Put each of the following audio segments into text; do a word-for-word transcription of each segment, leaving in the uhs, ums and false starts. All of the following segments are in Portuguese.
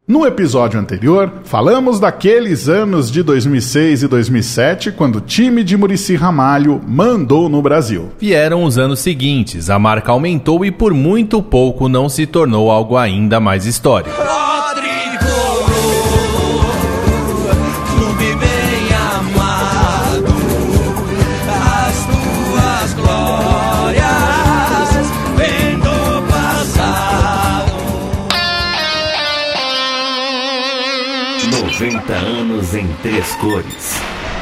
No episódio anterior, falamos daqueles anos de dois mil e seis e dois mil e sete, quando o time de Muricy Ramalho mandou no Brasil. Vieram os anos seguintes, a marca aumentou e por muito pouco não se tornou algo ainda mais histórico. noventa anos em três cores.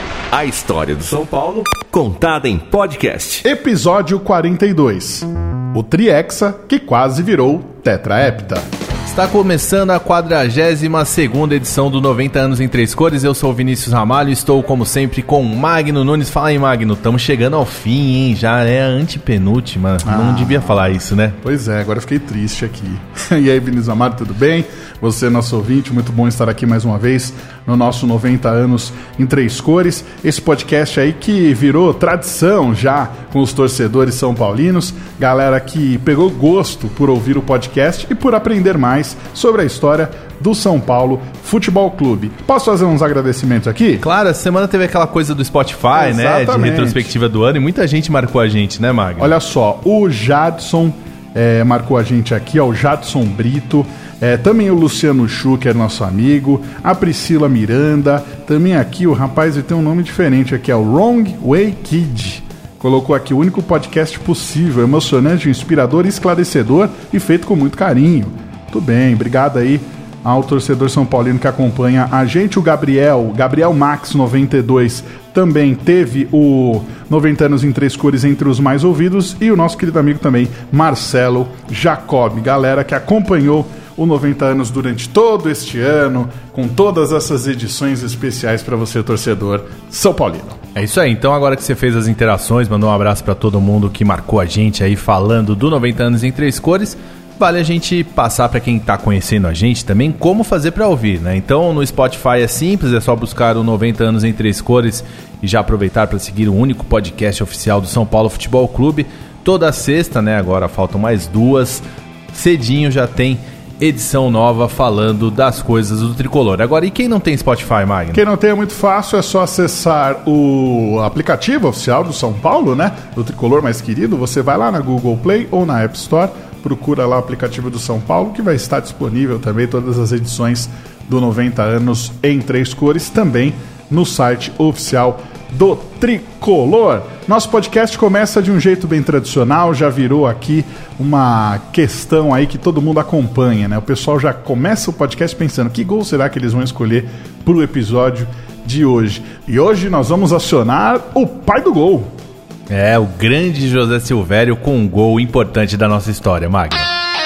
A história do São Paulo contada em podcast. Episódio quarenta e dois. O Trihexa que quase virou tetrahepta. Está começando a quadragésima segunda edição do noventa anos em três cores. Eu sou o Vinícius Ramalho e estou, como sempre, com o Magno Nunes. Fala aí, Magno. Estamos chegando ao fim, hein? Já é a antepenúltima. Ah, não devia falar isso, né? Pois é, agora eu fiquei triste aqui. E aí, Vinícius Ramalho, tudo bem? Você, nosso ouvinte, muito bom estar aqui mais uma vez no nosso noventa anos em três cores. Esse podcast aí que virou tradição já com os torcedores são paulinos. Galera que pegou gosto por ouvir o podcast e por aprender mais sobre a história do São Paulo Futebol Clube. Posso fazer uns agradecimentos aqui? Claro, essa semana teve aquela coisa do Spotify, Exatamente, né? De retrospectiva do ano e muita gente marcou a gente, né, Magno? Olha só, o Jadson é, marcou a gente aqui, ó, o Jadson Brito. É, também o Luciano Chu, que é nosso amigo, a Priscila Miranda, também aqui o rapaz, ele tem um nome diferente aqui, é o Wrong Way Kid. Colocou aqui o único podcast possível, emocionante, inspirador, esclarecedor e feito com muito carinho. Tudo bem, obrigado aí ao torcedor são paulino que acompanha a gente. O Gabriel, Gabriel Max noventa e dois, também teve o noventa anos em três cores entre os mais ouvidos. E o nosso querido amigo também, Marcelo Jacob. Galera que acompanhou o noventa anos durante todo este ano, com todas essas edições especiais para você, torcedor são paulino. É isso aí, então agora que você fez as interações, mandou um abraço para todo mundo que marcou a gente aí falando do noventa anos em três cores. Vale a gente passar para quem está conhecendo a gente também como fazer para ouvir, né? Então no Spotify é simples, é só buscar o noventa anos em três cores e já aproveitar para seguir o único podcast oficial do São Paulo Futebol Clube. Toda sexta, né? Agora faltam mais duas. Cedinho já tem edição nova falando das coisas do Tricolor. Agora, e quem não tem Spotify, Magno? Quem não tem é muito fácil, é só acessar o aplicativo oficial do São Paulo, né? Do Tricolor mais querido. Você vai lá na Google Play ou na App Store, procura lá o aplicativo do São Paulo, que vai estar disponível também todas as edições do noventa anos em três cores, também no site oficial do Tricolor. Nosso podcast começa de um jeito bem tradicional, já virou aqui uma questão aí que todo mundo acompanha, né? O pessoal já começa o podcast pensando, que gol será que eles vão escolher pro episódio de hoje? E hoje nós vamos acionar o pai do gol. É, o grande José Silvério com um gol importante da nossa história, Magno.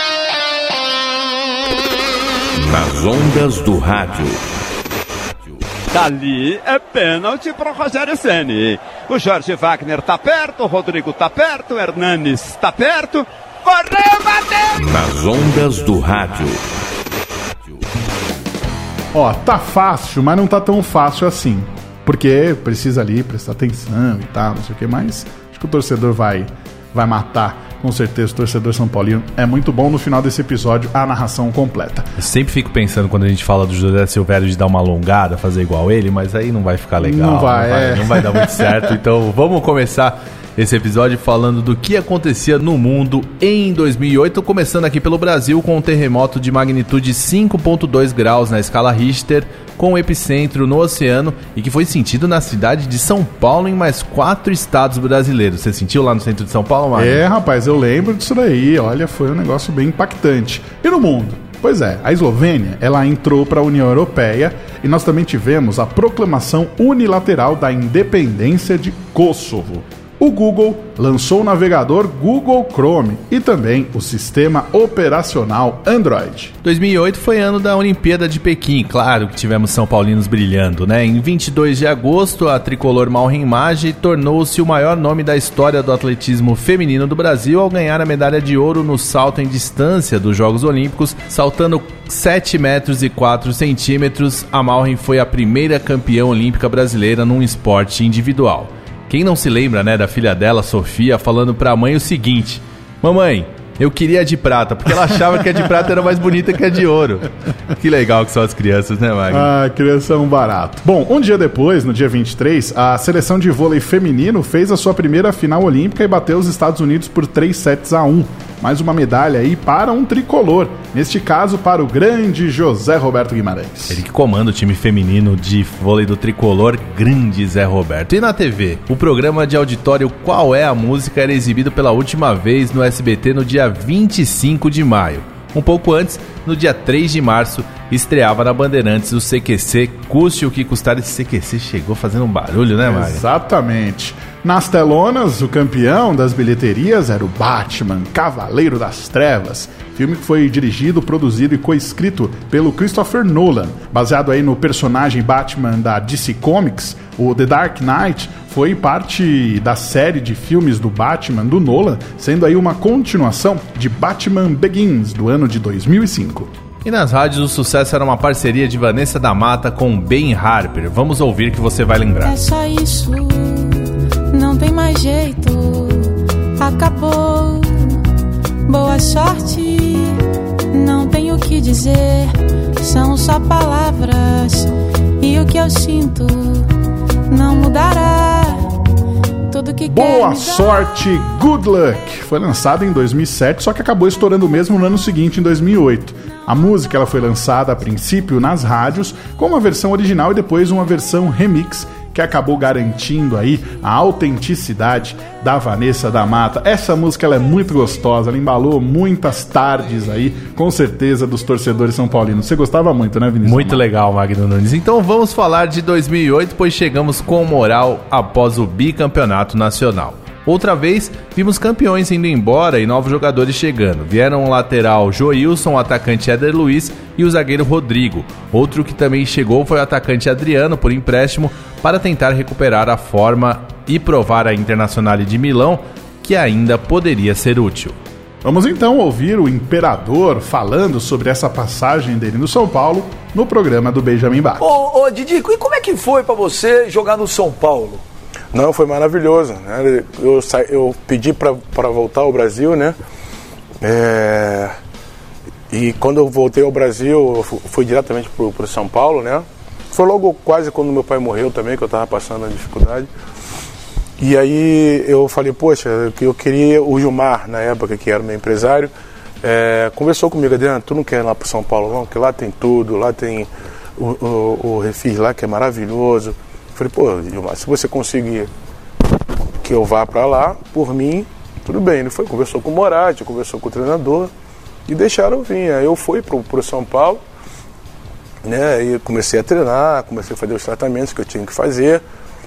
Nas ondas do rádio. Dali é pênalti para o Rogério Ceni. O Jorge Wagner tá perto, o Rodrigo tá perto, o Hernanes tá perto. Correu, bateu! Nas ondas do rádio. Ó, tá fácil, mas não tá tão fácil assim. Porque precisa ali prestar atenção e tal, não sei o que, mas acho que o torcedor vai, vai matar. Com certeza o torcedor São Paulino é muito bom no final desse episódio a narração completa. Eu sempre fico pensando quando a gente fala do José Silvério de dar uma alongada, fazer igual ele, mas aí não vai ficar legal, não vai, não vai, é. não vai dar muito certo. Então vamos começar esse episódio falando do que acontecia no mundo em dois mil e oito, começando aqui pelo Brasil com um terremoto de magnitude cinco ponto dois graus na escala Richter, com epicentro no oceano e que foi sentido na cidade de São Paulo e em mais quatro estados brasileiros. Você sentiu lá no centro de São Paulo, Mário? É, rapaz, eu lembro disso daí. Olha, foi um negócio bem impactante. E no mundo? Pois é, a Eslovênia, ela entrou para a União Europeia e nós também tivemos a proclamação unilateral da independência de Kosovo. O Google lançou o navegador Google Chrome e também o sistema operacional Android. dois mil e oito foi ano da Olimpíada de Pequim, claro que tivemos São Paulinos brilhando, né? Em vinte e dois de agosto, a tricolor Malrin Maggi tornou-se o maior nome da história do atletismo feminino do Brasil ao ganhar a medalha de ouro no salto em distância dos Jogos Olímpicos, saltando sete metros e quatro centímetros. A Malrin foi a primeira campeã olímpica brasileira num esporte individual. Quem não se lembra, né, da filha dela, Sofia, falando pra mãe o seguinte: mamãe, Eu queria a de prata, porque ela achava que a de prata era mais bonita que a de ouro. Que legal que são as crianças, né, Magno? Ah, criança é um barato. Bom, um dia depois, no dia vinte e três, a seleção de vôlei feminino fez a sua primeira final olímpica e bateu os Estados Unidos por três sets a um. Mais uma medalha aí para um tricolor. Neste caso, para o grande José Roberto Guimarães. Ele que comanda o time feminino de vôlei do tricolor, grande Zé Roberto. E na T V, o programa de auditório Qual é a Música era exibido pela última vez no S B T no dia vinte e cinco de maio. Um pouco antes, no dia três de março, estreava na Bandeirantes o C Q C Custe o que custar. Esse C Q C chegou fazendo um barulho, né, Mário? Exatamente. Nas telonas, o campeão das bilheterias era o Batman, Cavaleiro das Trevas, filme que foi dirigido, produzido e coescrito pelo Christopher Nolan. Baseado aí no personagem Batman da D C Comics, o The Dark Knight foi parte da série de filmes do Batman do Nolan, sendo aí uma continuação de Batman Begins, do ano de dois mil e cinco. E nas rádios o sucesso era uma parceria de Vanessa da Mata com Ben Harper. Vamos ouvir que você vai lembrar. É só isso, não tem mais jeito, acabou, boa sorte, não tenho o que dizer, são só palavras, e o que eu sinto não mudará, tudo que Boa sorte, Good Luck, foi lançado em dois mil e sete, só que acabou estourando mesmo no ano seguinte, em dois mil e oito. A música ela foi lançada a princípio nas rádios, com uma versão original e depois uma versão remix, que acabou garantindo aí a autenticidade da Vanessa da Mata. Essa música ela é muito gostosa, ela embalou muitas tardes aí, com certeza, dos torcedores são paulinos. Você gostava muito, né, Vinícius? Muito legal, Magno Nunes. Então vamos falar de dois mil e oito, pois chegamos com moral após o bicampeonato nacional. Outra vez, vimos campeões indo embora e novos jogadores chegando. Vieram o lateral Joilson, o atacante Éder Luiz e o zagueiro Rodrigo. Outro que também chegou foi o atacante Adriano, por empréstimo, para tentar recuperar a forma e provar a Internazionale de Milão que ainda poderia ser útil. Vamos então ouvir o Imperador falando sobre essa passagem dele no São Paulo no programa do Benjamin Bach. Ô, ô Didico, e como é que foi pra você jogar no São Paulo? Não, foi maravilhoso, né? Eu, sa... eu pedi para voltar ao Brasil, né? É... E quando eu voltei ao Brasil, eu fui diretamente pro, pro São Paulo, né? Foi logo quase quando meu pai morreu também, que eu tava passando a dificuldade. E aí eu falei, poxa, eu queria o Gilmar, na época, que era meu empresário, é... conversou comigo, Adriano, tu não quer ir lá pro São Paulo não? Porque lá tem tudo, lá tem o, o, o Refis lá, que é maravilhoso. Falei, pô, Gilmar, se você conseguir que eu vá pra lá, por mim, tudo bem. Ele foi, conversou com o Moratti, conversou com o treinador e deixaram eu vir. Aí eu fui pro, pro São Paulo, né, e comecei a treinar, comecei a fazer os tratamentos que eu tinha que fazer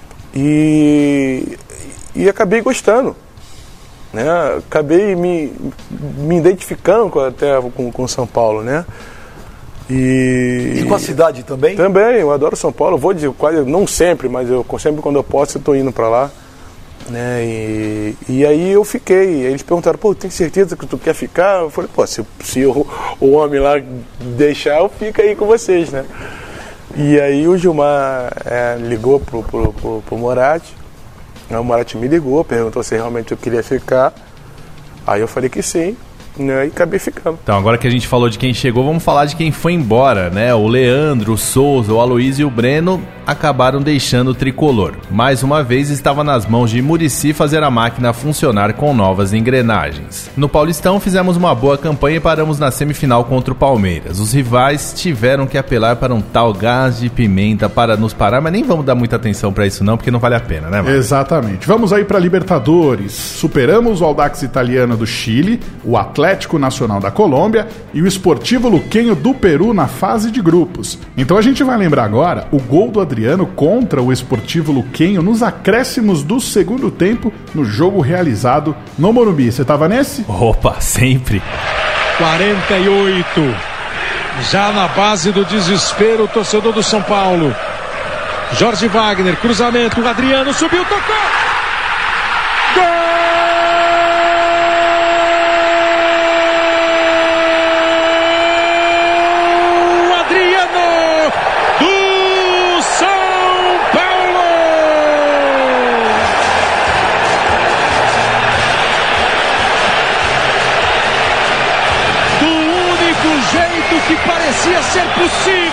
e, e acabei gostando, né, acabei me, me identificando com, até com, com São Paulo, né. E, e com a cidade também? Também, eu adoro São Paulo, vou de quase, não sempre, mas eu sempre quando eu posso eu estou indo para lá, né, e, e aí eu fiquei, eles perguntaram, pô, tem certeza que tu quer ficar? Eu falei, pô, se, se o, o homem lá deixar, eu fico aí com vocês, né. E aí o Gilmar é, ligou pro, pro, pro, pro Moratti, o Moratti me ligou, perguntou se realmente eu queria ficar, aí eu falei que sim. Né, e acabei ficando. Então, agora que a gente falou de quem chegou, vamos falar de quem foi embora, né? O Leandro, o Souza, o Aloysio e o Breno acabaram deixando o tricolor. Mais uma vez, estava nas mãos de Muricy fazer a máquina funcionar com novas engrenagens. No Paulistão, fizemos uma boa campanha e paramos na semifinal contra o Palmeiras. Os rivais tiveram que apelar para um tal gás de pimenta para nos parar, mas nem vamos dar muita atenção para isso não, porque não vale a pena, né, mano? Exatamente. Vamos aí para Libertadores. Superamos o Audax Italiano do Chile, o Atlético Nacional da Colômbia e o Sportivo Luquenho do Peru na fase de grupos. Então a gente vai lembrar agora o gol do Adriano contra o Sportivo Luquenho nos acréscimos do segundo tempo no jogo realizado no Morumbi. Você tava nesse? Opa, sempre. quarenta e oito. Já na base do desespero, o torcedor do São Paulo. Jorge Wagner, cruzamento, o Adriano subiu, tocou! Gol!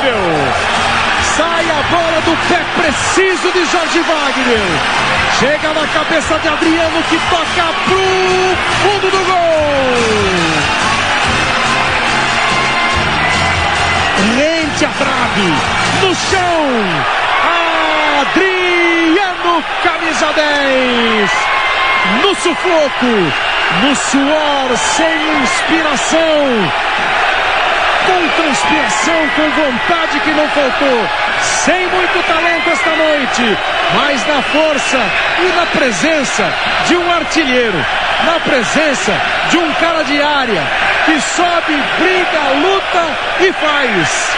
incrível. Sai a bola do pé preciso de Jorge Wagner. Chega na cabeça de Adriano, que toca pro fundo do gol. Rente a trave, no chão, Adriano, camisa dez, no sufoco, no suor, sem inspiração, com transpiração, com vontade que não faltou, sem muito talento esta noite, mas na força e na presença de um artilheiro, na presença de um cara de área, que sobe, briga, luta e faz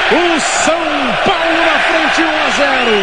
o São Paulo na frente um a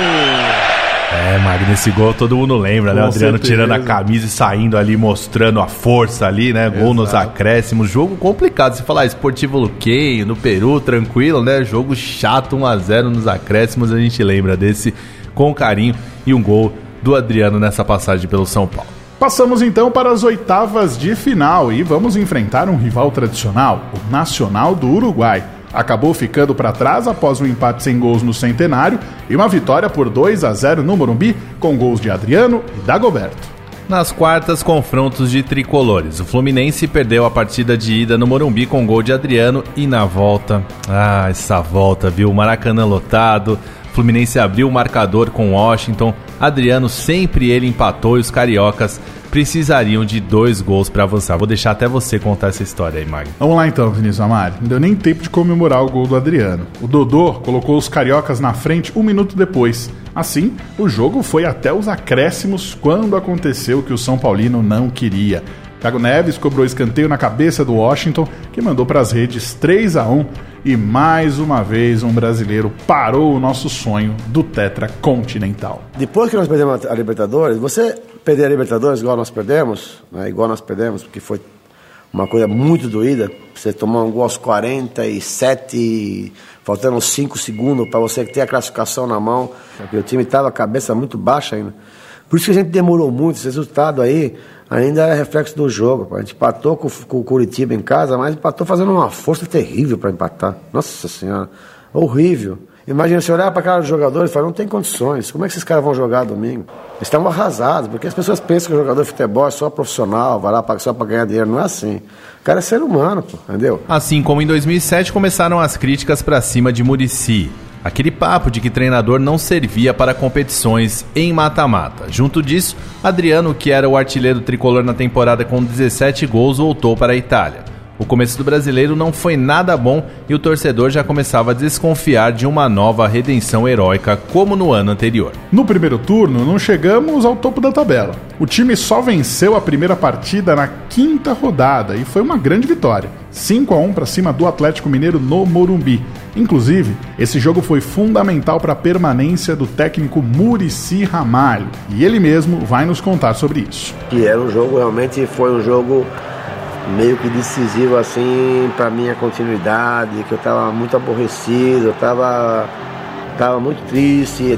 zero. É, Magno, esse gol todo mundo lembra, né? O Adriano certeza. tirando a camisa e saindo ali, mostrando a força ali, né? Gol nos acréscimos, jogo complicado. Se falar Esportivo Luqueio, no Peru, tranquilo, né? Jogo chato, um a zero nos acréscimos, a gente lembra desse com carinho, e um gol do Adriano nessa passagem pelo São Paulo. Passamos então para as oitavas de final e vamos enfrentar um rival tradicional, o Nacional do Uruguai. Acabou ficando para trás após um empate sem gols no Centenário e uma vitória por dois a zero no Morumbi, com gols de Adriano e Dagoberto. Nas quartas, confrontos de tricolores. O Fluminense perdeu a partida de ida no Morumbi com gol de Adriano e na volta... Ah, essa volta, viu? Maracanã lotado, Fluminense abriu o marcador com Washington, Adriano sempre ele empatou e os cariocas precisariam de dois gols para avançar. Vou deixar até você contar essa história aí, Magno. Vamos lá então, Vinícius Amari. Não deu nem tempo de comemorar o gol do Adriano. O Dodô colocou os cariocas na frente um minuto depois. Assim, o jogo foi até os acréscimos quando aconteceu o que o São Paulino não queria. Thiago Neves cobrou escanteio na cabeça do Washington, que mandou para as redes três a um. E mais uma vez um brasileiro parou o nosso sonho do Tetra Continental. Depois que nós perdemos a Libertadores, você perder a Libertadores igual nós perdemos, né, igual nós perdemos, porque foi uma coisa muito doída, você tomar um gol aos quarenta e sete, faltando cinco segundos para você ter a classificação na mão, porque o time estava com a cabeça muito baixa ainda. Por isso que a gente demorou muito, esse resultado aí ainda é reflexo do jogo. A gente empatou com, com o Curitiba em casa, mas empatou fazendo uma força terrível para empatar. Nossa Senhora, horrível. Imagina, você olhar para a cara dos jogadores e falar, não tem condições, como é que esses caras vão jogar domingo? Eles estavam arrasados, porque as pessoas pensam que o jogador de futebol é só profissional, vai lá só para ganhar dinheiro. Não é assim. O cara é ser humano, pô, entendeu? Assim como em dois mil e sete começaram as críticas para cima de Muricy. Aquele papo de que treinador não servia para competições em mata-mata. Junto disso, Adriano, que era o artilheiro tricolor na temporada com dezessete gols, voltou para a Itália. O começo do brasileiro não foi nada bom e o torcedor já começava a desconfiar de uma nova redenção heróica como no ano anterior. No primeiro turno, não chegamos ao topo da tabela. O time só venceu a primeira partida na quinta rodada e foi uma grande vitória. cinco a um para cima do Atlético Mineiro no Morumbi. Inclusive, esse jogo foi fundamental para a permanência do técnico Muricy Ramalho. E ele mesmo vai nos contar sobre isso. Que era um jogo, realmente foi um jogo meio que decisivo assim para minha continuidade, que eu estava muito aborrecido, eu estava tava muito triste.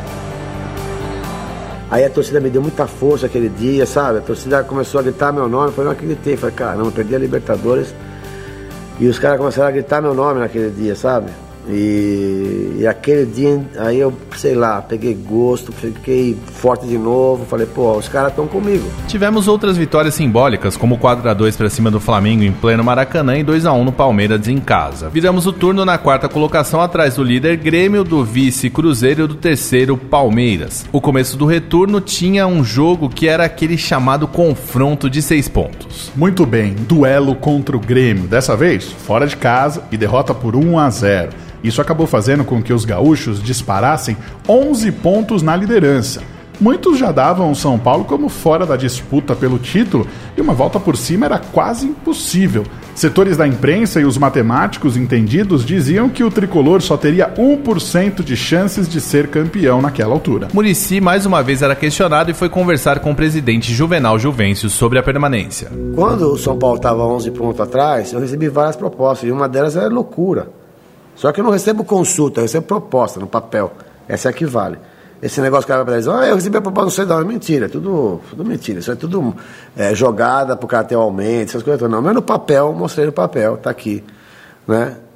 Aí a torcida me deu muita força aquele dia, sabe? A torcida começou a gritar meu nome, eu não acreditei, falei, caramba, perdi a Libertadores. E os caras começaram a gritar meu nome naquele dia, sabe? E, e aquele dia, aí eu, sei lá, peguei gosto, fiquei forte de novo, falei, pô, os caras estão comigo. Tivemos outras vitórias simbólicas, como quatro a dois para cima do Flamengo em pleno Maracanã e dois a um no Palmeiras em casa. Viramos o turno na quarta colocação atrás do líder Grêmio, do vice Cruzeiro e do terceiro Palmeiras. O começo do retorno tinha um jogo que era aquele chamado confronto de seis pontos. Muito bem, duelo contra o Grêmio, dessa vez fora de casa e derrota por um a zero. Isso acabou fazendo com que os gaúchos disparassem onze pontos na liderança. Muitos já davam o São Paulo como fora da disputa pelo título e uma volta por cima era quase impossível. Setores da imprensa e os matemáticos entendidos diziam que o tricolor só teria um por cento de chances de ser campeão naquela altura. Muricy mais uma vez era questionado e foi conversar com o presidente Juvenal Juvencio sobre a permanência. Quando o São Paulo estava onze pontos atrás, eu recebi várias propostas e uma delas era loucura. Só que eu não recebo consulta, eu recebo proposta no papel. Essa é a que vale. Esse negócio que o cara vai dizer, ah, eu recebi a proposta, não sei de onde. Mentira, é tudo, tudo mentira. Isso é tudo é, jogada para o cara ter o aumento, essas coisas. Não, mas no papel, mostrei no papel, tá aqui. Né?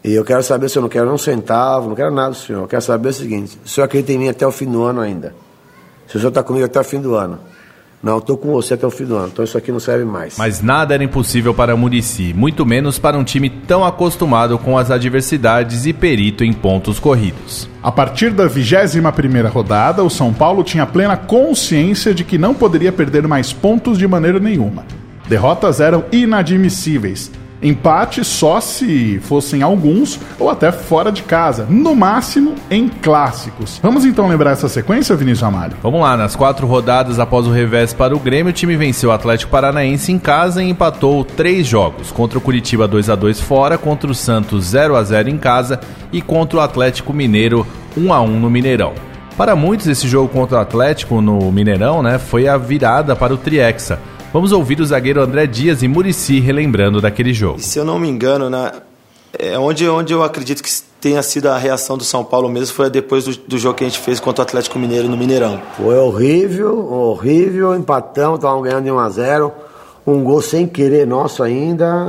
E eu quero saber se eu não quero um centavo, não quero nada do senhor. Eu quero saber o seguinte: o senhor acredita em mim até o fim do ano ainda? Se o senhor está comigo até o fim do ano. Não, eu estou com você até o fim do ano, então isso aqui não serve mais. Mas nada era impossível para Muricy, muito menos para um time tão acostumado com as adversidades e perito em pontos corridos. A partir da vigésima primeira rodada, o São Paulo tinha plena consciência de que não poderia perder mais pontos de maneira nenhuma. Derrotas eram inadmissíveis. Empate só se fossem alguns ou até fora de casa, no máximo em clássicos. Vamos então lembrar essa sequência, Vinícius Ramalho? Vamos lá, nas quatro rodadas após o revés para o Grêmio, o time venceu o Atlético Paranaense em casa e empatou três jogos, contra o Curitiba dois a dois fora, contra o Santos zero a zero em casa e contra o Atlético Mineiro um a um no Mineirão. Para muitos, esse jogo contra o Atlético no Mineirão, né, foi a virada para o Trihexa. Vamos ouvir o zagueiro André Dias e Muricy relembrando daquele jogo. Se eu não me engano, né, é onde, onde eu acredito que tenha sido a reação do São Paulo mesmo foi depois do, do jogo que a gente fez contra o Atlético Mineiro no Mineirão. Foi horrível, horrível, empatão, estavam ganhando de um a zero, um gol sem querer nosso ainda,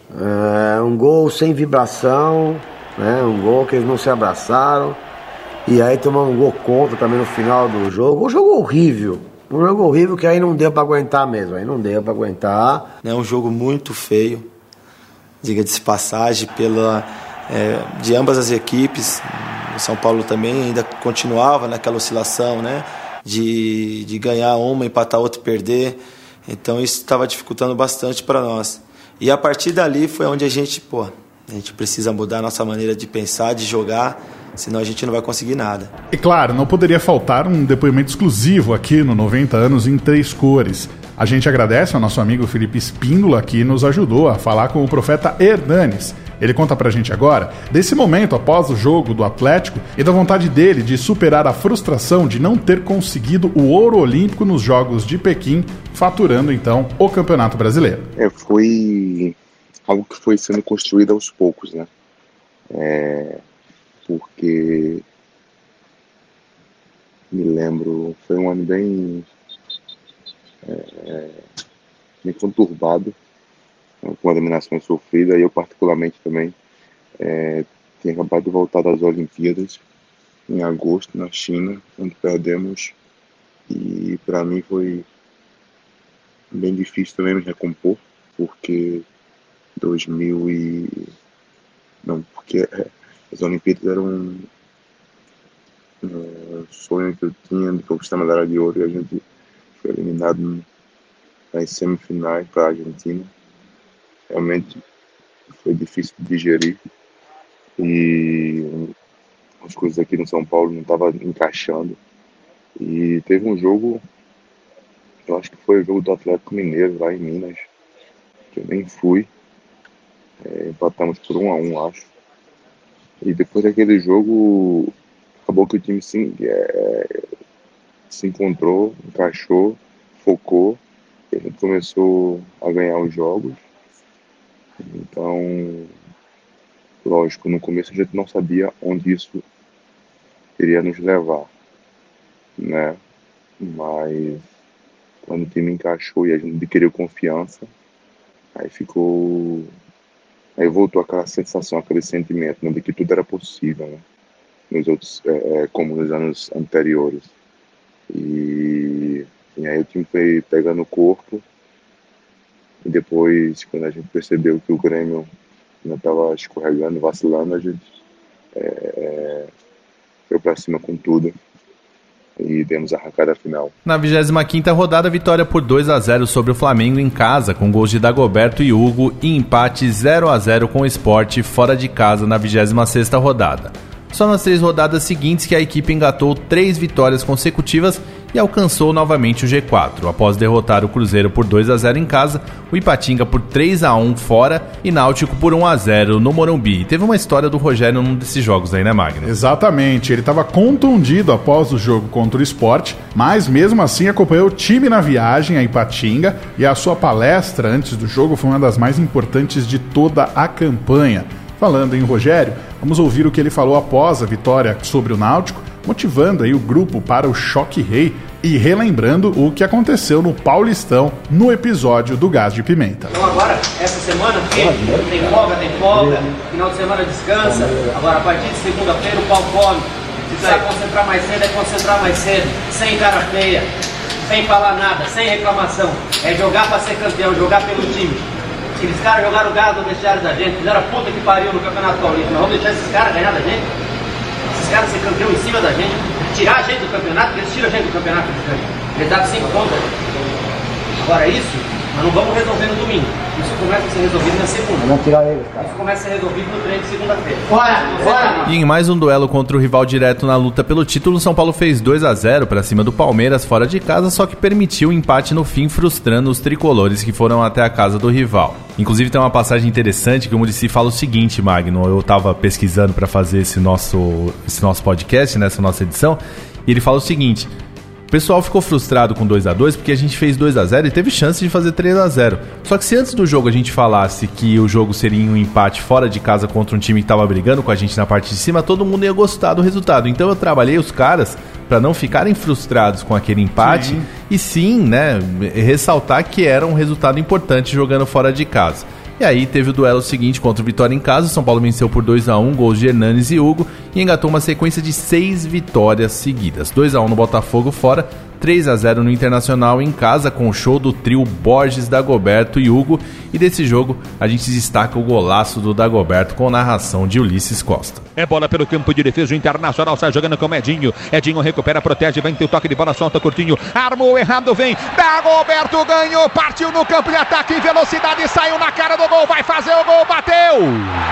é, um gol sem vibração, né, um gol que eles não se abraçaram, e aí tomamos um gol contra também no final do jogo, um jogo horrível. Um jogo horrível que aí não deu pra aguentar mesmo, aí não deu pra aguentar. É um jogo muito feio, diga-se passagem, pela, é, de ambas as equipes. O São Paulo também ainda continuava naquela oscilação, né? De, de ganhar uma, empatar outra e perder. Então isso estava dificultando bastante para nós. E a partir dali foi onde a gente, pô, a gente precisa mudar a nossa maneira de pensar, de jogar, senão a gente não vai conseguir nada. E claro, não poderia faltar um depoimento exclusivo aqui no noventa anos em três cores. A gente agradece ao nosso amigo Felipe Espíndola, que nos ajudou a falar com o profeta Hernanes. Ele conta pra gente agora desse momento após o jogo do Atlético e da vontade dele de superar a frustração de não ter conseguido o ouro olímpico nos Jogos de Pequim, faturando então o Campeonato Brasileiro. É, foi algo que foi sendo construído aos poucos, né? É... porque me lembro, foi um ano bem, é, bem conturbado, né, com eliminações sofridas, e eu particularmente também é, tinha acabado de voltar das Olimpíadas em agosto na China, onde perdemos, e para mim foi bem difícil também me recompor, porque dois mil e... não, porque... É, as Olimpíadas eram um, um sonho que eu tinha de conquistar a medalha de ouro, e a gente foi eliminado nas semifinais para a Argentina. Realmente foi difícil de digerir e as coisas aqui no São Paulo não estavam encaixando. E teve um jogo, eu acho que foi o jogo do Atlético Mineiro lá em Minas, que eu nem fui. É, empatamos por um a um, acho. E depois daquele jogo, acabou que o time se, é, se encontrou, encaixou, focou, e a gente começou a ganhar os jogos. Então, lógico, no começo a gente não sabia onde isso iria nos levar, né? Mas quando o time encaixou e a gente adquiriu confiança, aí ficou... Aí voltou aquela sensação, aquele sentimento, né, de que tudo era possível, né, nos outros, é, como nos anos anteriores. E, e aí o time foi pegando o corpo, e depois, quando a gente percebeu que o Grêmio ainda estava escorregando, vacilando, a gente é, foi para cima com tudo. E demos a arrancada final. Na vigésima quinta rodada, vitória por dois a zero sobre o Flamengo em casa, com gols de Dagoberto e Hugo, e empate zero a zero com o Sport fora de casa na vigésima sexta rodada. Só nas três rodadas seguintes que a equipe engatou três vitórias consecutivas e alcançou novamente o G quatro, após derrotar o Cruzeiro por dois a zero em casa, o Ipatinga por três a um fora e Náutico por um a zero no Morumbi. E teve uma história do Rogério num desses jogos aí, né, Magno? Exatamente, ele estava contundido após o jogo contra o Sport, mas mesmo assim acompanhou o time na viagem a Ipatinga, e a sua palestra antes do jogo foi uma das mais importantes de toda a campanha. Falando em Rogério, vamos ouvir o que ele falou após a vitória sobre o Náutico, motivando aí o grupo para o choque rei e relembrando o que aconteceu no Paulistão no episódio do Gás de Pimenta. Então agora, essa semana, porque tem folga, tem folga, final de semana descansa, agora a partir de segunda-feira o pau come, se precisar concentrar mais cedo, é concentrar mais cedo, sem cara feia, sem falar nada, sem reclamação, é jogar para ser campeão, jogar pelo time. Aqueles caras jogaram o gás no vestiário da gente, fizeram a puta que pariu no Campeonato Paulista, nós vamos deixar esses caras ganhar da gente? Esses caras ser campeão em cima da gente, tirar a gente do campeonato, eles tiram a gente do campeonato, eles dão cinco pontos. Agora isso, nós não vamos resolver no domingo, isso começa a ser resolvido na segunda. Vamos tirar eles, cara. Isso começa a ser resolvido no treino de segunda-feira. Bora, bora! E em mais um duelo contra o rival direto na luta pelo título, o São Paulo fez dois a zero para cima do Palmeiras fora de casa, só que permitiu o empate no fim, frustrando os tricolores que foram até a casa do rival. Inclusive tem uma passagem interessante que o Muricy fala o seguinte, Magno, eu tava pesquisando para fazer esse nosso, esse nosso podcast, nessa nossa edição, e ele fala o seguinte: o pessoal ficou frustrado com dois a dois porque a gente fez dois a zero e teve chance de fazer três a zero. Só que se antes do jogo a gente falasse que o jogo seria um empate fora de casa contra um time que estava brigando com a gente na parte de cima, todo mundo ia gostar do resultado. Então eu trabalhei os caras para não ficarem frustrados com aquele empate, sim. E sim, né, ressaltar que era um resultado importante jogando fora de casa. E aí teve o duelo seguinte contra o Vitória em casa, o São Paulo venceu por dois a um, gols de Hernanes e Hugo, e engatou uma sequência de seis vitórias seguidas. dois a um no Botafogo fora, três a zero no Internacional em casa, com o show do trio Borges, Dagoberto e Hugo. E desse jogo a gente destaca o golaço do Dagoberto com narração de Ulisses Costa. É bola pelo campo de defesa, o Internacional sai jogando com o Edinho. Edinho recupera, protege, vem ter o toque de bola, solta curtinho, armou errado, vem, Dagoberto ganhou, partiu no campo de ataque em velocidade, saiu na cara do gol, vai fazer o gol, bateu!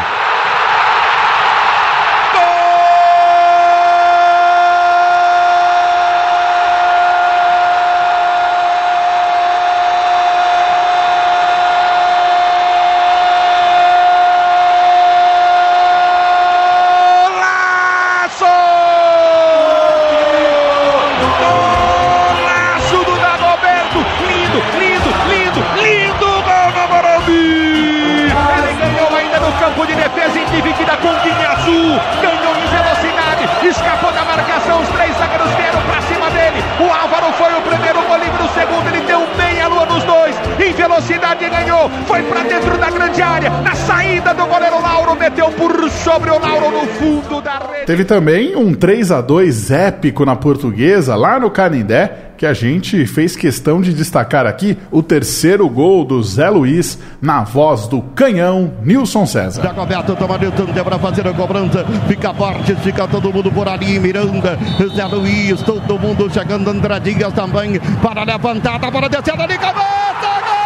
De defesa dividida com linha azul, ganhou em velocidade, escapou da marcação, os três zagueiros vieram pra cima dele, o Álvaro foi o primeiro gol livre, o segundo ele deu meia-lua nos dois, em velocidade ganhou, foi pra dentro da grande área, na saída do goleiro Lauro, meteu por sobre o Lauro no fundo da rede. Teve também um três a dois épico na Portuguesa, lá no Canindé, que a gente fez questão de destacar aqui o terceiro gol do Zé Luiz, na voz do canhão Nilson César. Dagoberto toma Nilton, deu pra fazer a cobrança, fica forte, fica todo mundo por ali, Miranda, Zé Luiz, todo mundo chegando, André Dias também, para levantar, tá para descer ali, cabeça, gol!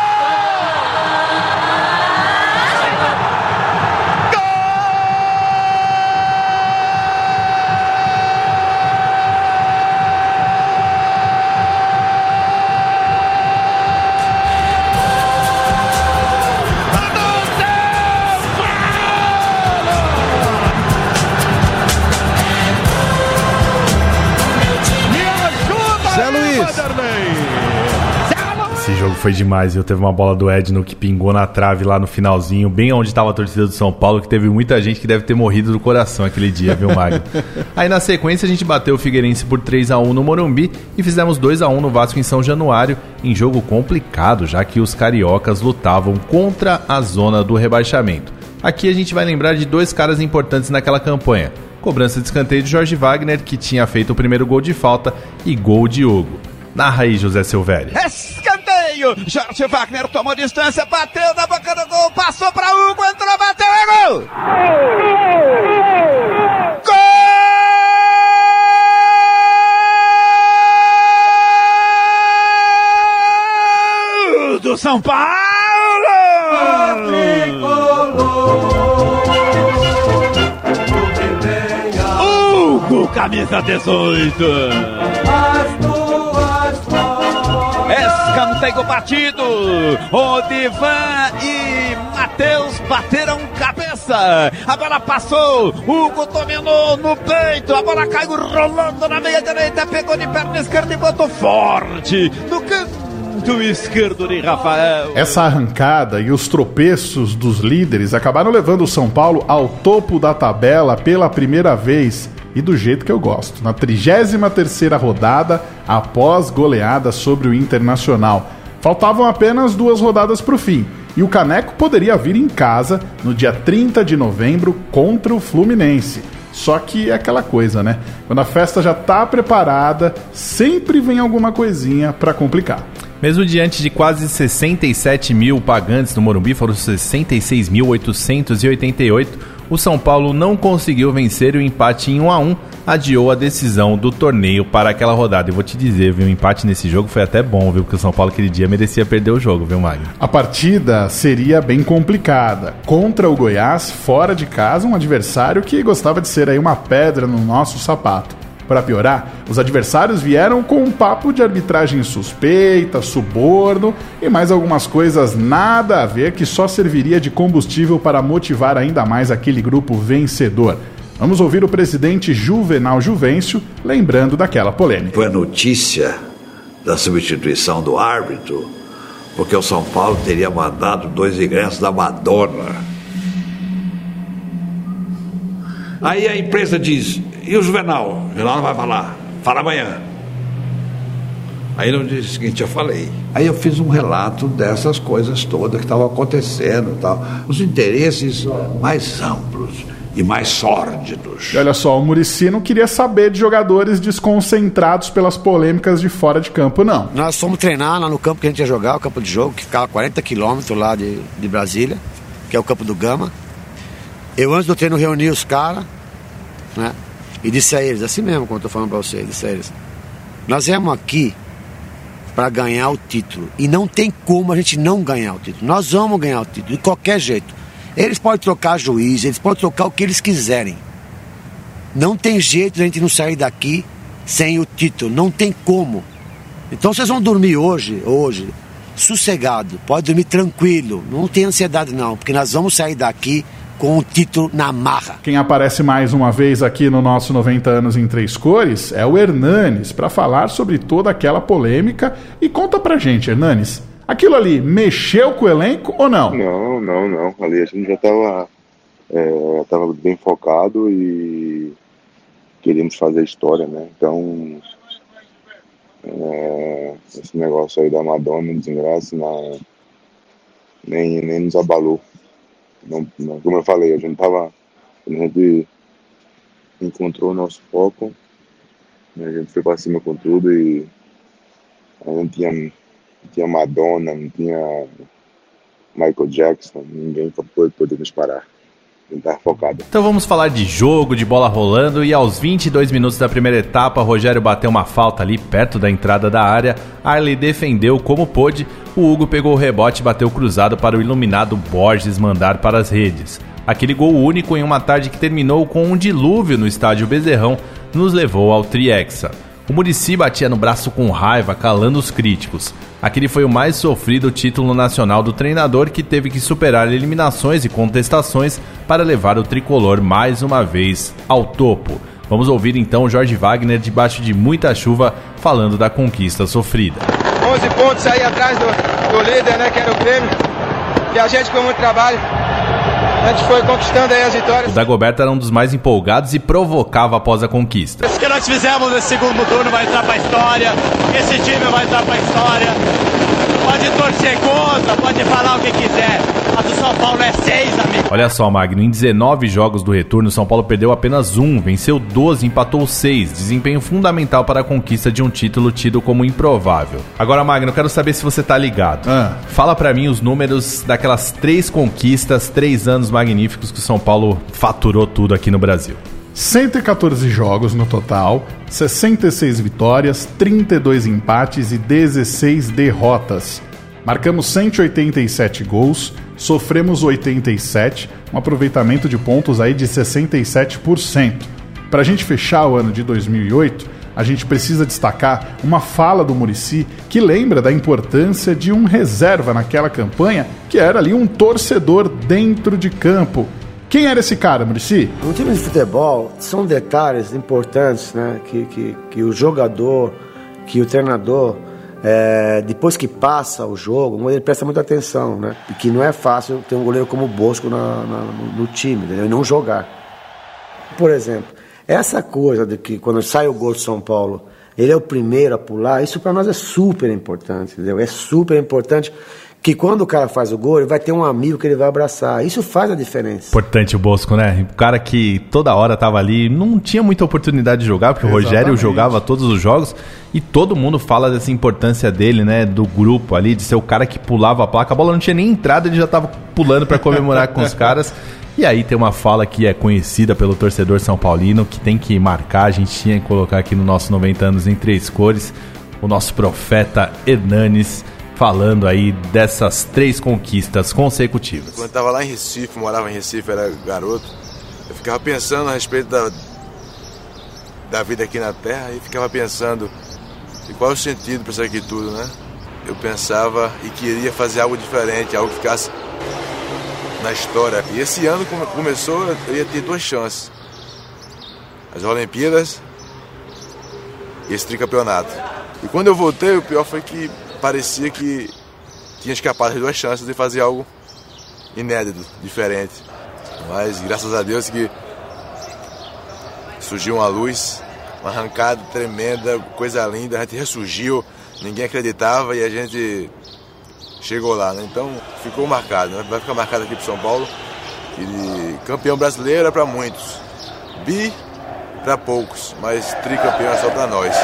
Esse jogo foi demais, viu? Teve uma bola do Edno que pingou na trave lá no finalzinho, bem onde estava a torcida do São Paulo, que teve muita gente que deve ter morrido do coração aquele dia, viu, Magno? Aí na sequência a gente bateu o Figueirense por três a um no Morumbi e fizemos dois a um no Vasco em São Januário, em jogo complicado, já que os cariocas lutavam contra a zona do rebaixamento. Aqui a gente vai lembrar de dois caras importantes naquela campanha: cobrança de escanteio de Jorge Wagner, que tinha feito o primeiro gol de falta, e gol de Hugo. Narra aí, José Silvério. Escanteio! Jorge Wagner tomou distância, bateu na boca do gol, passou pra Hugo, entrou, bateu, é gol! Gol do São Paulo! Hugo, camisa dezoito. Escanteio batido, Odivan e Matheus bateram cabeça, a bola passou, Hugo dominou no peito, a bola caiu rolando na meia direita, pegou de perna esquerda e botou forte no canto canto esquerdo de Rafael. Essa arrancada e os tropeços dos líderes acabaram levando o São Paulo ao topo da tabela pela primeira vez e do jeito que eu gosto, na trigésima terceira rodada após goleada sobre o Internacional. Faltavam apenas duas rodadas para o fim e o Caneco poderia vir em casa no dia trinta de novembro contra o Fluminense. Só que é aquela coisa, né? Quando a festa já tá preparada, sempre vem alguma coisinha pra complicar. Mesmo diante de quase sessenta e sete mil pagantes no Morumbi, foram sessenta e seis mil oitocentos e oitenta e oito, o São Paulo não conseguiu vencer e o empate em um a um adiou a decisão do torneio para aquela rodada. E vou te dizer, viu, o empate nesse jogo foi até bom, viu, porque o São Paulo aquele dia merecia perder o jogo, viu, Magno? A partida seria bem complicada. Contra o Goiás, fora de casa, um adversário que gostava de ser aí uma pedra no nosso sapato. Para piorar, os adversários vieram com um papo de arbitragem suspeita, suborno e mais algumas coisas nada a ver que só serviria de combustível para motivar ainda mais aquele grupo vencedor. Vamos ouvir o presidente Juvenal Juvencio lembrando daquela polêmica. Foi a notícia da substituição do árbitro, porque o São Paulo teria mandado dois ingressos da Madonna. Aí a imprensa diz, e o Juvenal? O Juvenal não vai falar, fala amanhã. Aí no dia seguinte eu falei. Aí eu fiz um relato dessas coisas todas que estavam acontecendo, tal. Os interesses mais amplos e mais sórdidos. E olha só, o Muricy não queria saber de jogadores desconcentrados pelas polêmicas de fora de campo, não. Nós fomos treinar lá no campo que a gente ia jogar, o campo de jogo, que ficava a quarenta quilômetros lá de, de Brasília, que é o campo do Gama. Eu antes do treino reuni os caras, né, e disse a eles, assim mesmo como eu tô falando pra vocês, disse a eles, nós viemos aqui para ganhar o título, e não tem como a gente não ganhar o título. Nós vamos ganhar o título, de qualquer jeito. Eles podem trocar juiz, eles podem trocar o que eles quiserem. Não tem jeito de a gente não sair daqui sem o título, não tem como. Então vocês vão dormir hoje, hoje, sossegado, pode dormir tranquilo, não tem ansiedade não, porque nós vamos sair daqui com o título na marra. Quem aparece mais uma vez aqui no nosso noventa anos em três cores é o Hernanes, para falar sobre toda aquela polêmica. E conta pra gente, Hernanes, aquilo ali mexeu com o elenco ou não? Não, não, não. Ali a gente já estava é, tava bem focado e queríamos fazer história, né? Então, é, esse negócio aí da Madonna, desgraça, na, nem, nem nos abalou. Não, não, como eu falei, a gente tava, a gente encontrou o nosso foco, a gente foi pra cima com tudo e a gente tinha, não tinha Madonna, não tinha Michael Jackson, ninguém poder, poder nos parar. A gente tava focado. Então vamos falar de jogo, de bola rolando, e aos vinte e dois minutos da primeira etapa, Rogério bateu uma falta ali perto da entrada da área, Arley defendeu como pôde, o Hugo pegou o rebote e bateu cruzado para o iluminado Borges mandar para as redes. Aquele gol único em uma tarde que terminou com um dilúvio no estádio Bezerrão nos levou ao Triexa. O Muricy batia no braço com raiva, calando os críticos. Aquele foi o mais sofrido título nacional do treinador, que teve que superar eliminações e contestações para levar o tricolor mais uma vez ao topo. Vamos ouvir então o Jorge Wagner, debaixo de muita chuva, falando da conquista sofrida. onze pontos aí atrás do, do líder, né, que era o Grêmio, e a gente com muito trabalho, a gente foi conquistando aí as vitórias. O Dagoberto era um dos mais empolgados e provocava após a conquista. O que nós fizemos nesse segundo turno vai entrar pra história, esse time vai entrar pra história, pode torcer contra, pode falar o que quiser, mas o São Paulo é seis, amigo. Olha só, Magno, em dezenove jogos do retorno, o São Paulo perdeu apenas um, venceu doze, empatou seis, desempenho fundamental para a conquista de um título tido como improvável. Agora, Magno, eu quero saber se você tá ligado. Ah. Fala pra mim os números daquelas três conquistas, três anos magníficos que o São Paulo faturou tudo aqui no Brasil. cento e catorze jogos no total, sessenta e seis vitórias, trinta e dois empates e dezesseis derrotas. Marcamos cento e oitenta e sete gols, sofremos oitenta e sete, um aproveitamento de pontos aí de sessenta e sete por cento. Para a gente fechar o ano de dois mil e oito, a gente precisa destacar uma fala do Muricy que lembra da importância de um reserva naquela campanha, que era ali um torcedor dentro de campo. Quem era esse cara, Muricy? No time de futebol, são detalhes importantes, né, que, que, que o jogador, que o treinador é, depois que passa o jogo, o goleiro presta muita atenção, né? E que não é fácil ter um goleiro como o Bosco na, na, no, no time, entendeu? E não jogar. Por exemplo, essa coisa de que quando sai o gol de São Paulo, ele é o primeiro a pular, isso para nós é super importante, entendeu? É super importante que quando o cara faz o gol, ele vai ter um amigo que ele vai abraçar. Isso faz a diferença. Importante o Bosco, né? O cara que toda hora tava ali, não tinha muita oportunidade de jogar, porque Exatamente. O Rogério jogava todos os jogos, e todo mundo fala dessa importância dele, né? Do grupo ali, de ser o cara que pulava a placa. A bola não tinha nem entrado, ele já tava pulando para comemorar com os caras. E aí tem uma fala que é conhecida pelo torcedor são paulino, que tem que marcar, a gente tinha que colocar aqui no nosso noventa anos em três cores, o nosso profeta Hernanes, falando aí dessas três conquistas consecutivas. Quando eu estava lá em Recife, morava em Recife, era garoto, eu ficava pensando a respeito da, da vida aqui na Terra e ficava pensando e qual é o sentido para isso aqui tudo, né? Eu pensava e queria fazer algo diferente, algo que ficasse na história. E esse ano como começou, eu ia ter duas chances. As Olimpíadas e esse tricampeonato. E quando eu voltei, o pior foi que parecia que tinha escapado as duas chances de fazer algo inédito, diferente. Mas graças a Deus que surgiu uma luz, uma arrancada tremenda, coisa linda, a gente ressurgiu, ninguém acreditava e a gente chegou lá, né? Então ficou marcado, né? Vai ficar marcado aqui pro São Paulo. E campeão brasileiro é para muitos, bi para poucos, mas tricampeão é só para nós.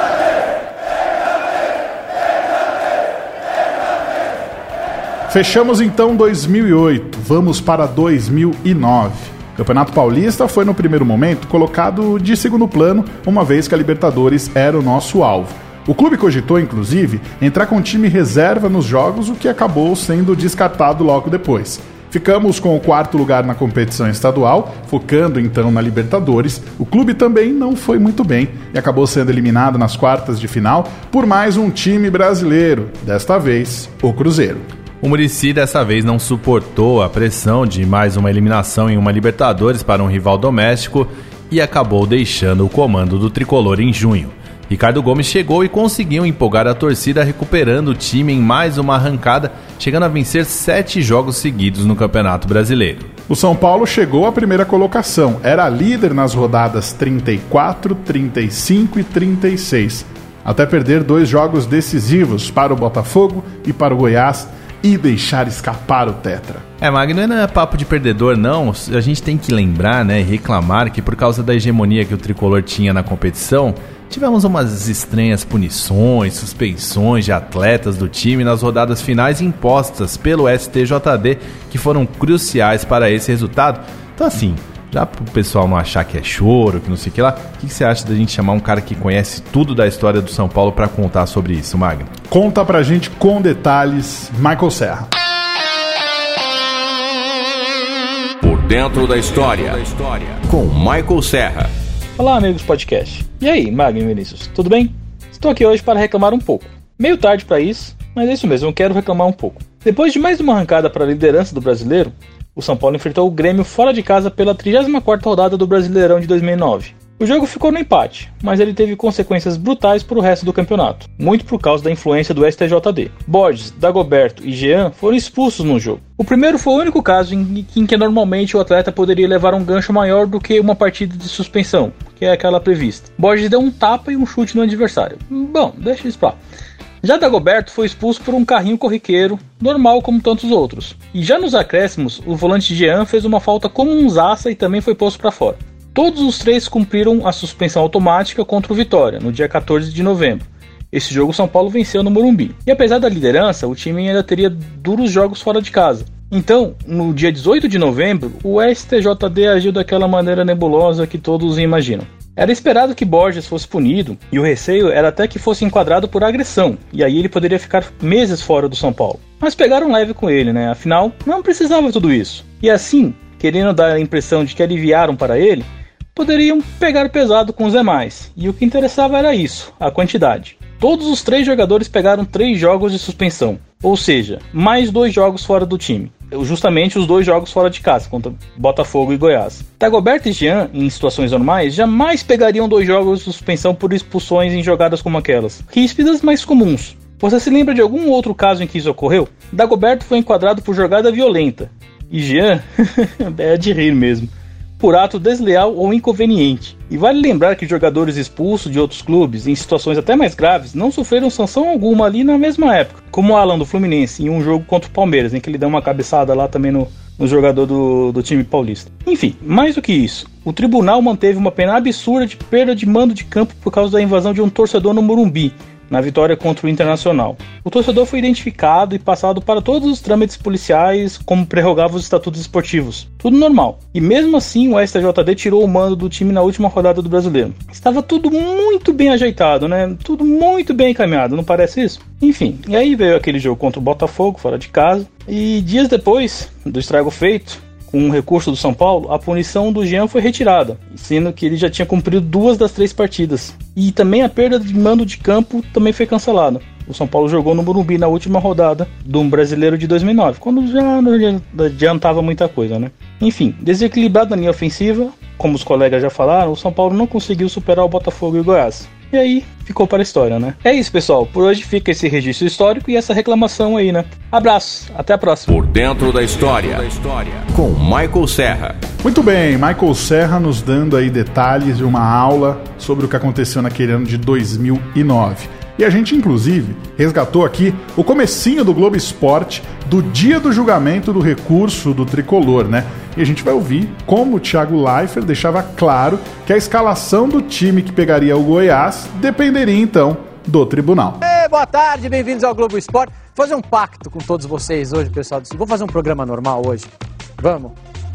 Fechamos então dois mil e oito, vamos para dois mil e nove. O Campeonato Paulista foi no primeiro momento colocado de segundo plano, uma vez que a Libertadores era o nosso alvo. O clube cogitou, inclusive, entrar com time reserva nos jogos, o que acabou sendo descartado logo depois. Ficamos com o quarto lugar na competição estadual, focando então na Libertadores. O clube também não foi muito bem e acabou sendo eliminado nas quartas de final por mais um time brasileiro, desta vez o Cruzeiro. O Muricy dessa vez não suportou a pressão de mais uma eliminação em uma Libertadores para um rival doméstico e acabou deixando o comando do tricolor em junho. Ricardo Gomes chegou e conseguiu empolgar a torcida, recuperando o time em mais uma arrancada, chegando a vencer sete jogos seguidos no Campeonato Brasileiro. O São Paulo chegou à primeira colocação, era líder nas rodadas trinta e quatro, trinta e cinco e trinta e seis, até perder dois jogos decisivos para o Botafogo e para o Goiás, e deixar escapar o tetra. É, Magno, não é papo de perdedor, não. A gente tem que lembrar, né, e reclamar que por causa da hegemonia que o tricolor tinha na competição, tivemos umas estranhas punições, suspensões de atletas do time nas rodadas finais impostas pelo S T J D, que foram cruciais para esse resultado. Então, assim, já pro pessoal não achar que é choro, que não sei o que lá, o que, que você acha da gente chamar um cara que conhece tudo da história do São Paulo para contar sobre isso, Magno? Conta pra gente com detalhes, Michael Serra. Por dentro da história, com Michael Serra. Olá, amigos do podcast. E aí, Magno e Vinícius, tudo bem? Estou aqui hoje para reclamar um pouco. Meio tarde para isso, mas é isso mesmo, eu quero reclamar um pouco. Depois de mais uma arrancada para a liderança do Brasileiro, o São Paulo enfrentou o Grêmio fora de casa pela trigésima quarta rodada do Brasileirão de dois mil e nove. O jogo ficou no empate, mas ele teve consequências brutais para o resto do campeonato, muito por causa da influência do S T J D. Borges, Dagoberto e Jean foram expulsos no jogo. O primeiro foi o único caso em, em que normalmente o atleta poderia levar um gancho maior do que uma partida de suspensão, que é aquela prevista. Borges deu um tapa e um chute no adversário. Bom, deixa isso pra lá. Já Dagoberto foi expulso por um carrinho corriqueiro, normal como tantos outros. E já nos acréscimos, o volante Jean fez uma falta comunzaça e também foi posto para fora. Todos os três cumpriram a suspensão automática contra o Vitória, no dia quatorze de novembro. Esse jogo o São Paulo venceu no Morumbi. E apesar da liderança, o time ainda teria duros jogos fora de casa. Então, no dia dezoito de novembro, o S T J D agiu daquela maneira nebulosa que todos imaginam. Era esperado que Borges fosse punido, e o receio era até que fosse enquadrado por agressão, e aí ele poderia ficar meses fora do São Paulo. Mas pegaram leve com ele, né? Afinal, não precisava tudo isso. E assim, querendo dar a impressão de que aliviaram para ele, poderiam pegar pesado com os demais, e o que interessava era isso, a quantidade. Todos os três jogadores pegaram três jogos de suspensão, ou seja, mais dois jogos fora do time. Justamente os dois jogos fora de casa, contra Botafogo e Goiás. Dagoberto e Jean, em situações normais, jamais pegariam dois jogos de suspensão por expulsões em jogadas como aquelas. Ríspidas, mas comuns. Você se lembra de algum outro caso em que isso ocorreu? Dagoberto foi enquadrado por jogada violenta, e Jean é de rir mesmo, por ato desleal ou inconveniente. E vale lembrar que jogadores expulsos de outros clubes, em situações até mais graves, não sofreram sanção alguma ali na mesma época, como o Alan do Fluminense em um jogo contra o Palmeiras, em que ele deu uma cabeçada lá também no, no jogador do, do time paulista. Enfim, mais do que isso, o tribunal manteve uma pena absurda de perda de mando de campo por causa da invasão de um torcedor no Morumbi, na vitória contra o Internacional. O torcedor foi identificado e passado para todos os trâmites policiais como prerrogava os estatutos esportivos. Tudo normal. E mesmo assim o S T J D tirou o mando do time na última rodada do Brasileiro. Estava tudo muito bem ajeitado, né? Tudo muito bem encaminhado, não parece isso? Enfim, e aí veio aquele jogo contra o Botafogo, fora de casa. E dias depois do estrago feito, com um recurso do São Paulo, a punição do Jean foi retirada, sendo que ele já tinha cumprido duas das três partidas. E também a perda de mando de campo também foi cancelada. O São Paulo jogou no Morumbi na última rodada do Brasileiro de dois mil e nove, quando já não adiantava muita coisa, né? Enfim, desequilibrado na linha ofensiva, como os colegas já falaram, o São Paulo não conseguiu superar o Botafogo e o Goiás. E aí, ficou para a história, né? É isso, pessoal. Por hoje fica esse registro histórico e essa reclamação aí, né? Abraço, até a próxima. Por dentro da história, com Michael Serra. Muito bem, Michael Serra nos dando aí detalhes de uma aula sobre o que aconteceu naquele ano de dois mil e nove. E a gente, inclusive, resgatou aqui o comecinho do Globo Esporte do dia do julgamento do recurso do Tricolor, né? E a gente vai ouvir como o Thiago Leifert deixava claro que a escalação do time que pegaria o Goiás dependeria, então, do tribunal. Ei, boa tarde, bem-vindos ao Globo Esporte. Vou fazer um pacto com todos vocês hoje, pessoal. Vou fazer um programa normal hoje. Vamos?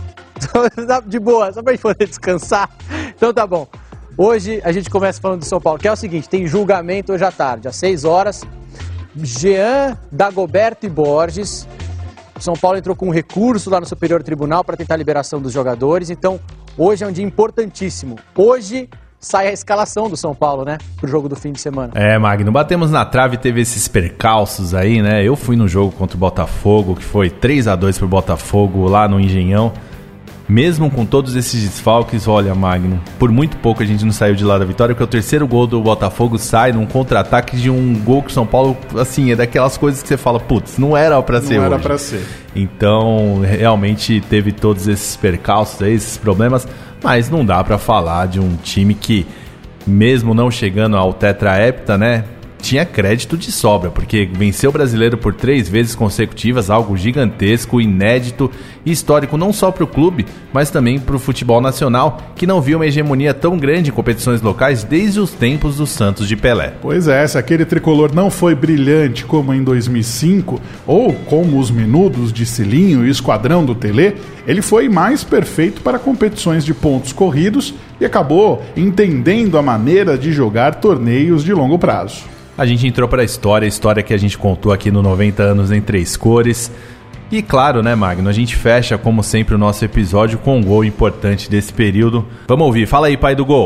De boa, só pra gente poder descansar. Então tá bom. Hoje a gente começa falando do São Paulo, que é o seguinte, tem julgamento hoje à tarde, às seis horas. Jean, Dagoberto e Borges. O São Paulo entrou com um recurso lá no Superior Tribunal para tentar a liberação dos jogadores. Então, hoje é um dia importantíssimo. Hoje sai a escalação do São Paulo, né? Pro jogo do fim de semana. É, Magno, batemos na trave e teve esses percalços aí, né? Eu fui no jogo contra o Botafogo, que foi três a dois pro Botafogo lá no Engenhão. Mesmo com todos esses desfalques, olha, Magno, por muito pouco a gente não saiu de lá da vitória, porque o terceiro gol do Botafogo sai num contra-ataque de um gol que o São Paulo, assim, é daquelas coisas que você fala, putz, não era pra ser hoje. Não era pra ser. Então, realmente teve todos esses percalços aí, esses problemas, mas não dá pra falar de um time que, mesmo não chegando ao tetra-hepta, né, tinha crédito de sobra, porque venceu o Brasileiro por três vezes consecutivas, algo gigantesco, inédito e histórico não só para o clube, mas também para o futebol nacional, que não viu uma hegemonia tão grande em competições locais desde os tempos do Santos de Pelé. Pois é, se aquele tricolor não foi brilhante como em dois mil e cinco, ou como os Menudos de Cilinho e o Esquadrão do Telê, ele foi mais perfeito para competições de pontos corridos e acabou entendendo a maneira de jogar torneios de longo prazo. A gente entrou para a história, a história que a gente contou aqui no noventa anos em três cores. E claro, né, Magno, a gente fecha, como sempre, o nosso episódio com um gol importante desse período. Vamos ouvir, fala aí, pai do gol.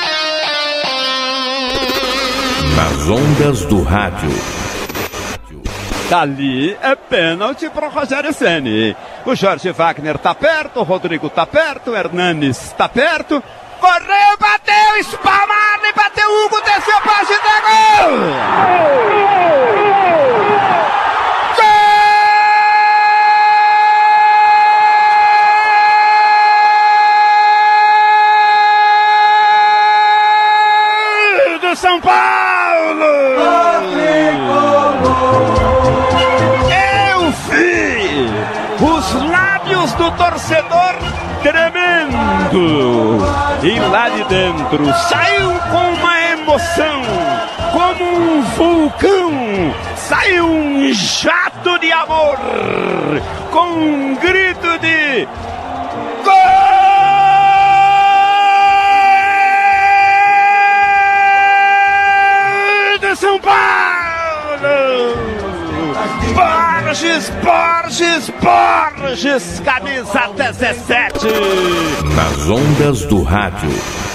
Nas ondas do rádio. Dali é pênalti para o Rogério Ceni. O Jorge Wagner tá perto, o Rodrigo tá perto, o Hernanes tá perto. Correu, bateu, espalmado e bateu, Hugo desceu, passe, gol! Gol do São Paulo! Eu vi os lábios do torcedor tremendo, e lá de dentro saiu com uma emoção, como um vulcão, saiu um jato de amor, com um grito de gol de São Paulo! Borges, Borges, Borges, camisa dezessete. Nas ondas do rádio.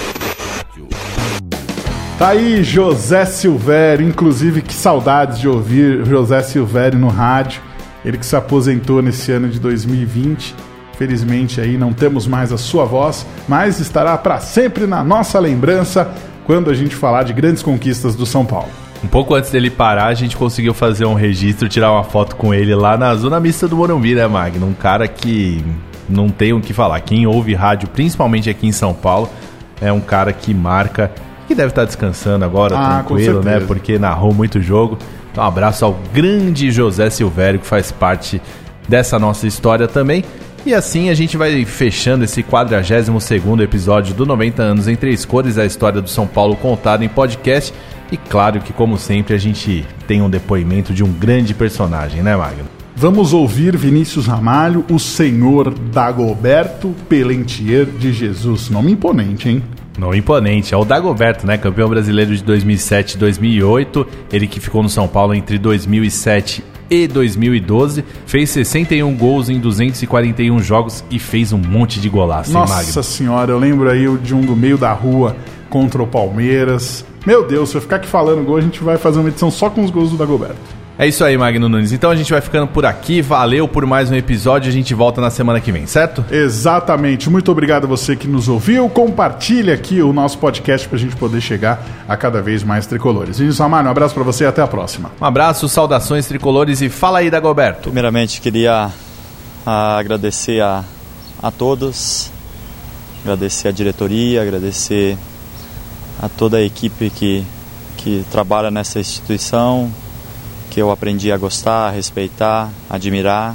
Tá aí José Silvério, inclusive que saudades de ouvir José Silvério no rádio. Ele que se aposentou nesse ano de dois mil e vinte. Felizmente aí não temos mais a sua voz, mas estará para sempre na nossa lembrança quando a gente falar de grandes conquistas do São Paulo. Um pouco antes dele parar, a gente conseguiu fazer um registro, tirar uma foto com ele lá na zona mista do Morumbi, né, Magno? Um cara que não tem o que falar. Quem ouve rádio, principalmente aqui em São Paulo, é um cara que marca, que deve estar descansando agora, ah, tranquilo, né? Porque narrou muito jogo. Então, um abraço ao grande José Silvério, que faz parte dessa nossa história também. E assim a gente vai fechando esse quadragésimo segundo episódio do noventa anos em três cores, a história do São Paulo contada em podcast. E claro que, como sempre, a gente tem um depoimento de um grande personagem, né, Magno? Vamos ouvir Vinícius Ramalho, o senhor Dagoberto Pellentier de Jesus. Nome imponente, hein? Nome imponente. É o Dagoberto, né? Campeão brasileiro de dois mil e sete e dois mil e oito. Ele que ficou no São Paulo entre dois mil e sete e dois mil e doze. Fez sessenta e um gols em duzentos e quarenta e um jogos e fez um monte de golaço, hein, Magno? Nossa senhora, eu lembro aí de um do meio da rua contra o Palmeiras. Meu Deus, se eu ficar aqui falando gol, a gente vai fazer uma edição só com os gols do Dagoberto. É isso aí, Magno Nunes. Então a gente vai ficando por aqui. Valeu por mais um episódio. A gente volta na semana que vem, certo? Exatamente. Muito obrigado a você que nos ouviu. Compartilhe aqui o nosso podcast pra gente poder chegar a cada vez mais tricolores. Vinícius Ramalho, um abraço pra você e até a próxima. Um abraço, saudações tricolores e fala aí, Dagoberto. Primeiramente, queria a, agradecer a, a todos, agradecer a diretoria, agradecer a toda a equipe que, que trabalha nessa instituição, que eu aprendi a gostar, a respeitar, a admirar.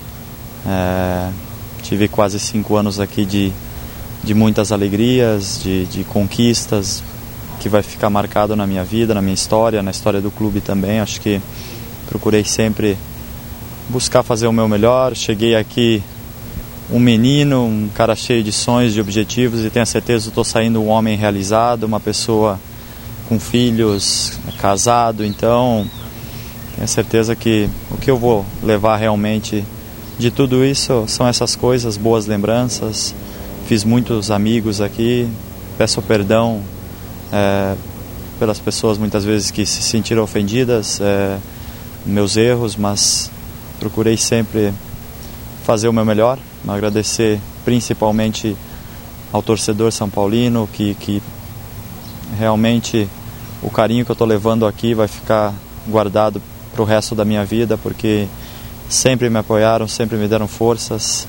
É, tive quase cinco anos aqui de, de muitas alegrias, de, de conquistas, que vai ficar marcado na minha vida, na minha história, na história do clube também. Acho que procurei sempre buscar fazer o meu melhor. Cheguei aqui um menino, um cara cheio de sonhos, de objetivos, e tenho a certeza que estou saindo um homem realizado, uma pessoa com filhos, casado. Então tenho certeza que o que eu vou levar realmente de tudo isso são essas coisas, boas lembranças. Fiz muitos amigos aqui, peço perdão é, pelas pessoas muitas vezes que se sentiram ofendidas, é, meus erros, mas procurei sempre fazer o meu melhor. Agradecer principalmente ao torcedor são paulino, que, que realmente o carinho que eu estou levando aqui vai ficar guardado para o resto da minha vida, porque sempre me apoiaram, sempre me deram forças,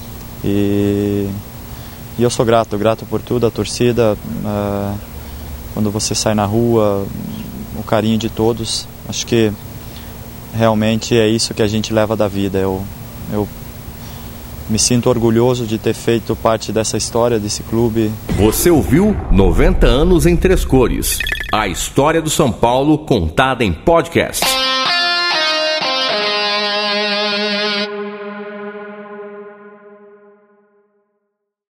e, e eu sou grato, grato por tudo, a torcida, uh, quando você sai na rua, o carinho de todos. Acho que realmente é isso que a gente leva da vida. Eu, eu me sinto orgulhoso de ter feito parte dessa história, desse clube. Você ouviu noventa anos em três cores, a história do São Paulo contada em podcast.